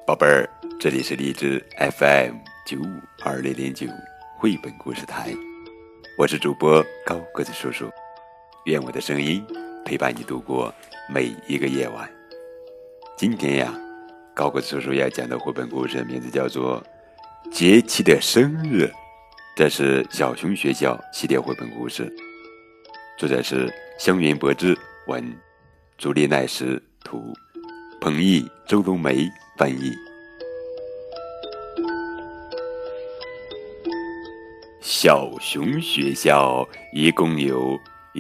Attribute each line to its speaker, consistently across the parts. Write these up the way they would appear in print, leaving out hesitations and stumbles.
Speaker 1: 宝贝儿，这里是荔枝 FM952009绘本故事台，我是主播高个子叔叔，愿我的声音陪伴你度过每一个夜晚。今天呀，高个子叔叔要讲的绘本故事名字叫做杰奇的生日，这是小熊学校系列绘本故事，作者是香原博之文，朱丽奈什图，彭毅、周冬梅翻译。小熊学校一共有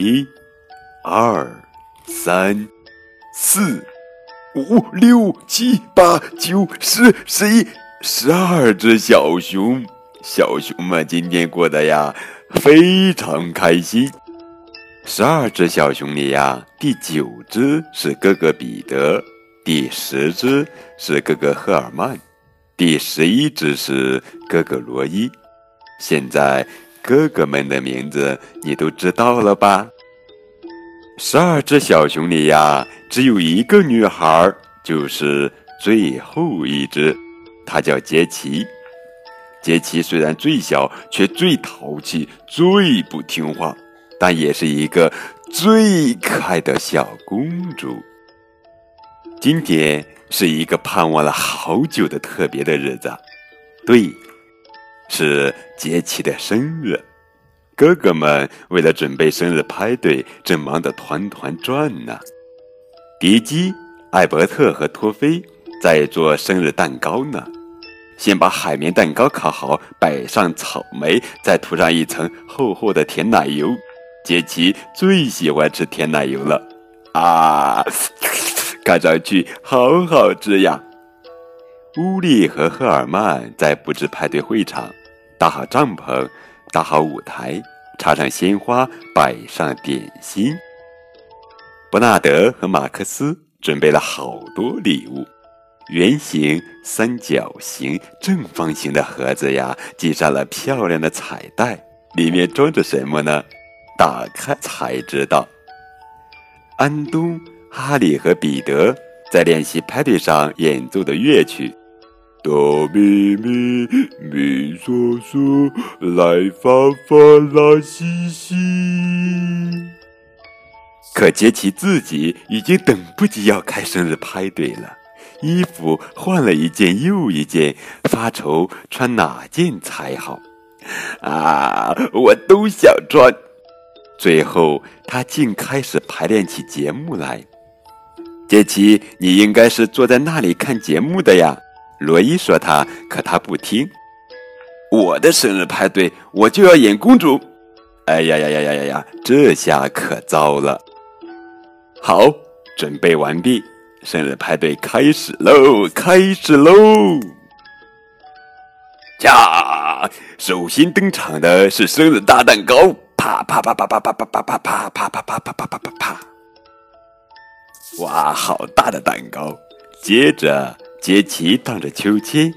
Speaker 1: 1、2、3、4、5、6、7、8、9、10、11、12只小熊。小熊们今天过得呀非常开心。12只小熊里呀，第9只是哥哥彼得，第10只是哥哥赫尔曼，第11只是哥哥罗伊。现在哥哥们的名字你都知道了吧？12只小熊里呀，只有一个女孩，就是最后一只，她叫杰奇。杰奇虽然最小，却最淘气，最不听话，但也是一个最可爱的小公主。今天是一个盼望了好久的特别的日子，对，是杰奇的生日。哥哥们为了准备生日派对，正忙得团团转呢。迪基、艾伯特和托菲在做生日蛋糕呢。先把海绵蛋糕烤好，摆上草莓，再涂上一层厚厚的甜奶油。杰奇最喜欢吃甜奶油了啊，看上去好好吃呀。乌力和赫尔曼在布置派对会场，搭好帐篷，搭好舞台，插上鲜花，摆上点心。伯纳德和马克思准备了好多礼物，圆形、三角形、正方形的盒子呀，系上了漂亮的彩带，里面装着什么呢？打开才知道。安东、哈利和彼得在练习派对上演奏的乐曲，哆咪咪咪嗦嗦，来发发啦西西。可杰奇自己已经等不及要开生日派对了，衣服换了一件又一件，发愁穿哪件才好啊，我都想穿。最后他竟开始排练起节目来。杰奇，你应该是坐在那里看节目的呀，罗伊说他，可他不听。我的生日派对我就要演公主。哎呀呀呀呀呀呀，这下可糟了。好，准备完毕，生日派对开始喽，开始喽！呀，首先登场的是生日大蛋糕，啪啪啪啪啪啪啪啪啪啪啪啪啪啪啪啪啪啪！哇，好大的蛋糕！接着，杰奇荡着秋千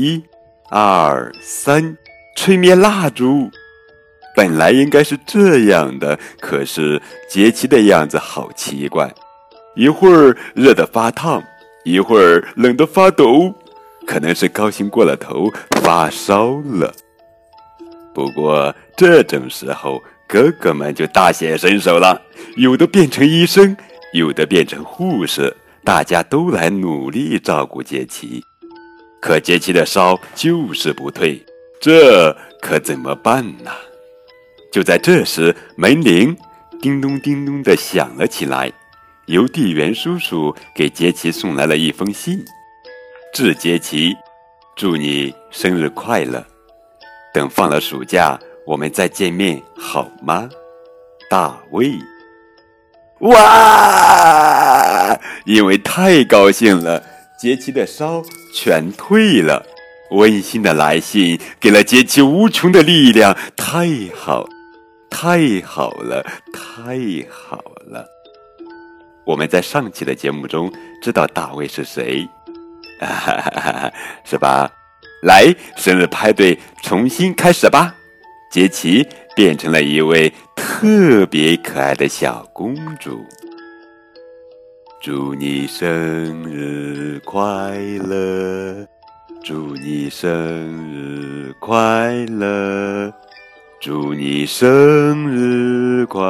Speaker 1: ，1、2、3，吹灭蜡烛。本来应该是这样的，可是杰奇的样子好奇怪，一会儿热得发烫，一会儿冷得发抖，可能是高兴过了头，发烧了。不过这种时候，哥哥们就大显身手了，有的变成医生，有的变成护士，大家都来努力照顾杰奇。可杰奇的烧就是不退，这可怎么办呢？就在这时，门铃叮咚叮咚地响了起来。邮递员叔叔给杰奇送来了一封信，致杰奇，祝你生日快乐，等放了暑假我们再见面好吗？大卫。哇！因为太高兴了，杰奇的烧全退了。温馨的来信给了杰奇无穷的力量，太好，太好了，太好了。我们在上期的节目中知道大卫是谁，是吧？来，生日派对重新开始吧。杰奇变成了一位特别可爱的小公主。 祝你生日快乐，祝你生日快乐，祝你生日快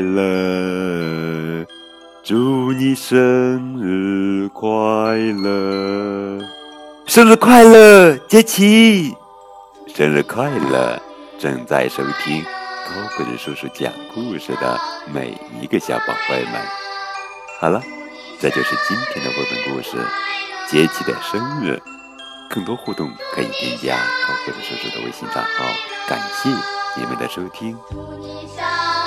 Speaker 1: 乐，祝你生日快乐，生日快乐，杰奇！生日快乐！正在收听高个子叔叔讲故事的每一个小宝贝们。好了，这就是今天的绘本故事《杰奇的生日》。更多互动可以添加高个子叔叔的微信账号。感谢你们的收听。
Speaker 2: 祝你生